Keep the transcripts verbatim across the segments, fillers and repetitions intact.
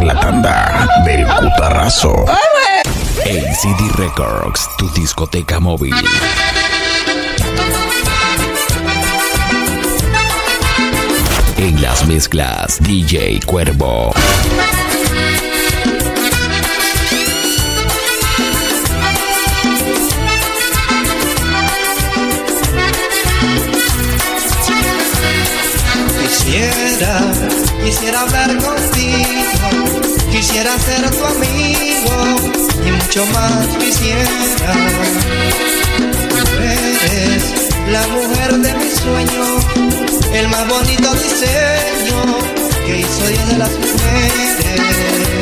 la tanda del cutarrazo. A C D Records, tu discoteca móvil. En las mezclas, D J Cuervo. Quisiera, quisiera hablar contigo, quisiera ser tu amigo y mucho más quisiera. Tú eres la mujer de mi sueño, el más bonito diseño que hizo Dios de las mujeres.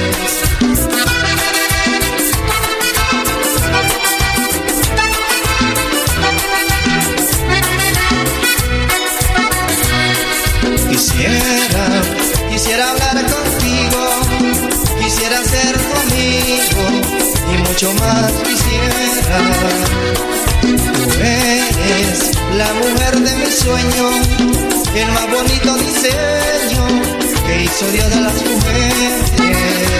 Quisiera, quisiera hablar contigo, quisiera ser tu amigo y mucho más quisiera. Tú eres la mujer de mi sueño, el más bonito diseño que hizo Dios de las mujeres.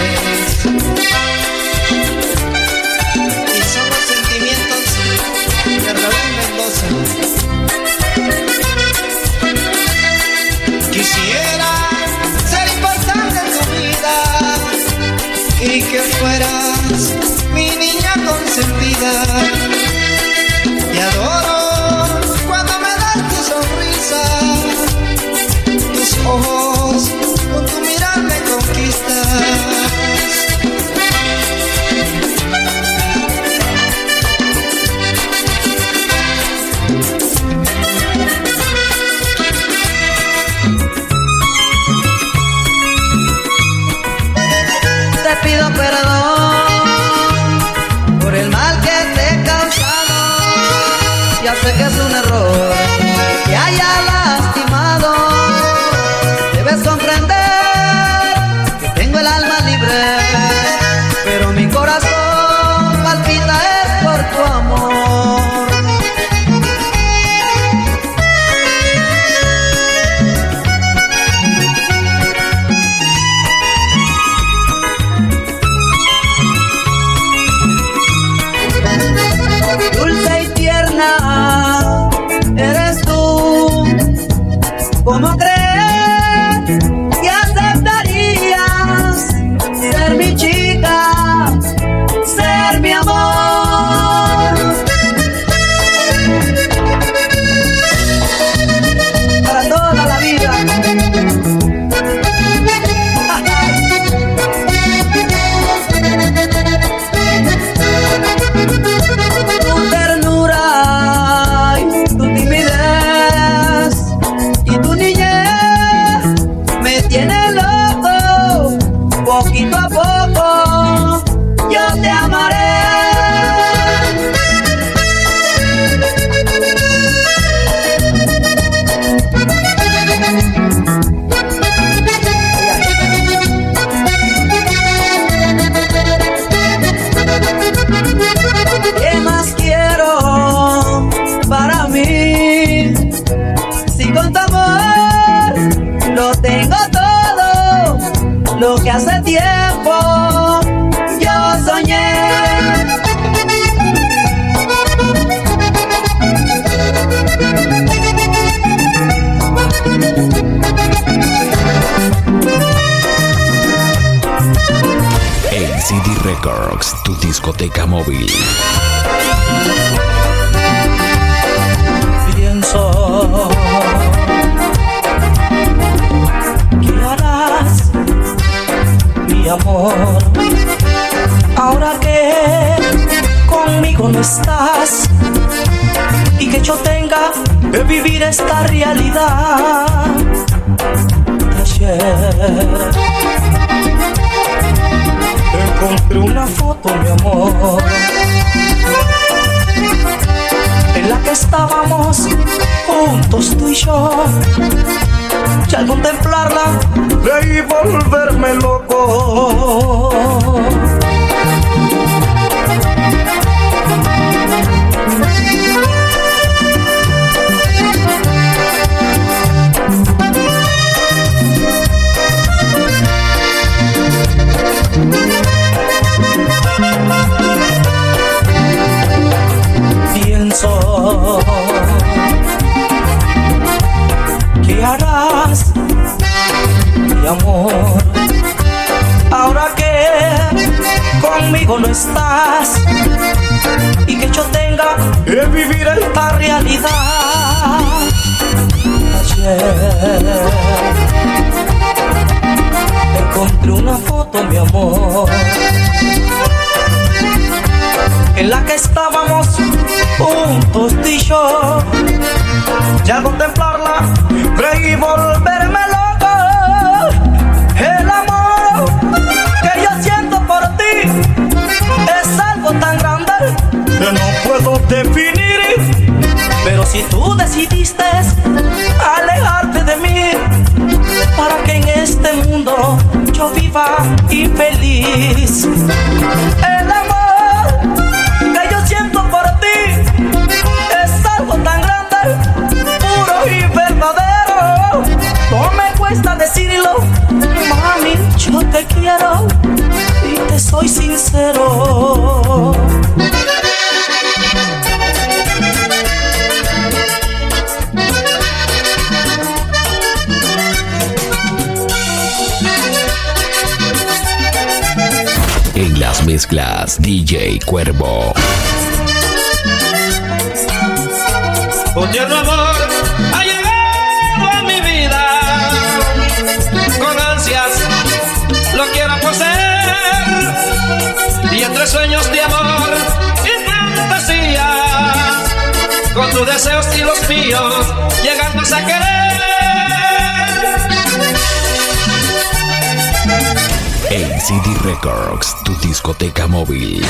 Y son los sentimientos de Raúl Mendoza. Quisiera ser importante en tu vida y que fueras mi niña consentida. Te adoro cuando me das tu sonrisa, tus ojos con tu mirar me conquistas. Pido perdón por el mal que te he causado. Ya sé que es un error que haya lastimado. Debes comprender que tengo el alma libre, pero mi corazón palpita es por tu amor. Eres tú, ¿cómo crees que aceptarías ser mi chica, ser mi amor? Para toda la vida. Tu ternura, tiene loco, poquito a poco yo te amaré. ¿Qué más quiero para mí? Si con tu amor lo tengo todo, lo que hace tiempo yo soñé. A C D Records, tu discoteca móvil. Pienso ¿qué harás, mi amor? Ahora que conmigo no estás y que yo tenga que vivir esta realidad. Ayer encontré una foto, mi amor, en la que estábamos juntos tú y yo. Y al contemplarla creí volverme loco. estás y que yo tenga que vivir esta realidad. Ayer encontré una foto, mi amor, en la que estábamos juntos tú y yo. Y al contemplarla creí volverme loco. El amor que yo siento por ti es algo tan grande que no puedo definir. Pero si tú decidiste alejarte de mí para que en este mundo yo viva infeliz, el amor que yo siento por ti es algo tan grande, puro y verdadero. No me cuesta decirlo, mami, yo te quiero y te soy sincero. En las mezclas, D J Cuervo. Un tierno amor ha llegado a mi vida, con ansias lo quiero poseer, y entre sueños de amor y fantasía, con tus deseos y los míos, llegamos a querer. A C D Records, tu discoteca móvil.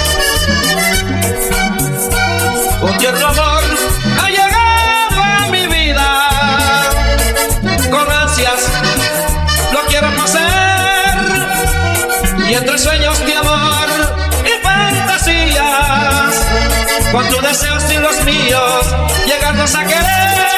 Un tierno amor ha llegado a mi vida, con ansias lo quiero poseer, y entre sueños de amor y fantasías, con tus deseos y los míos, llegarnos a querer.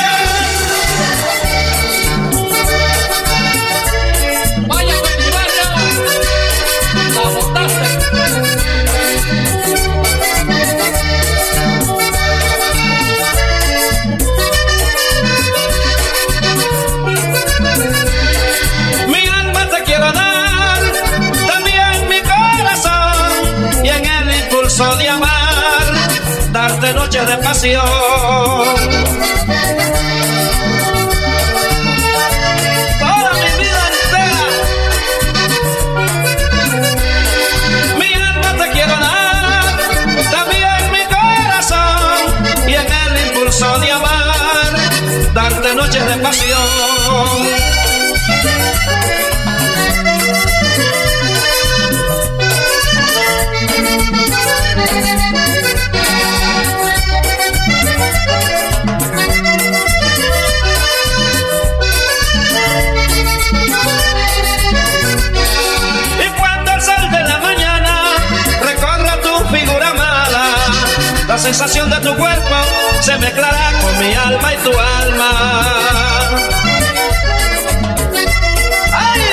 De amar, darte noches de pasión. Toda mi vida entera, mi alma te quiero dar, también mi corazón, y en el impulso de amar, darte noches de pasión. La sensación de tu cuerpo se mezclará con mi alma y tu alma. ¡Ay!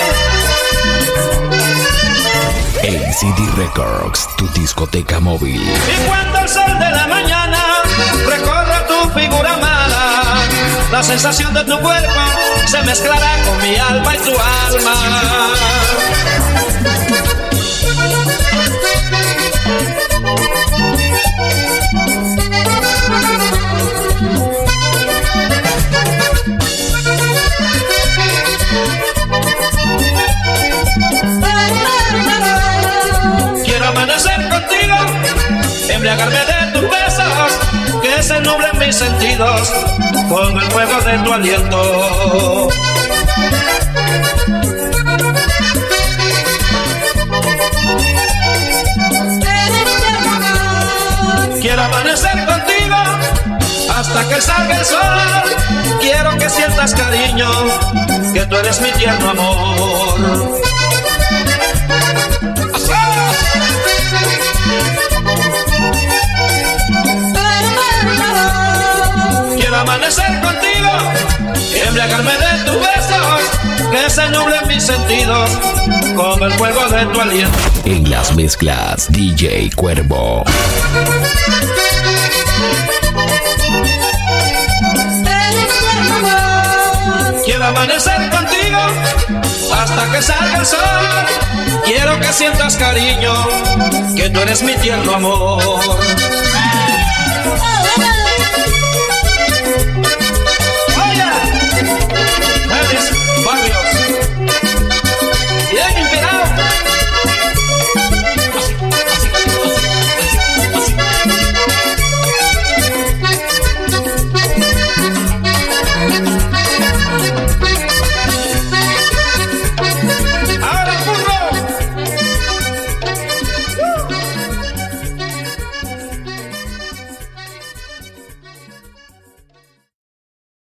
A C D Records, tu discoteca móvil. Y cuando el sol de la mañana recorra tu figura amada, la sensación de tu cuerpo se mezclará con mi alma y tu alma. Quiero amanecer contigo, embriagarme de tus besos, que se nublen mis sentidos con el fuego de tu aliento. Quiero amanecer contigo hasta que salga el sol. Quiero que sientas cariño, que tú eres mi tierno amor. Quiero amanecer contigo, embriagarme de tus besos, que se nublen mis sentidos como el fuego de tu aliento. En las mezclas, D J Cuervo. Quiero amanecer contigo, hasta que salga el sol. Quiero que sientas cariño, que tú eres mi tierno amor. Oye, eres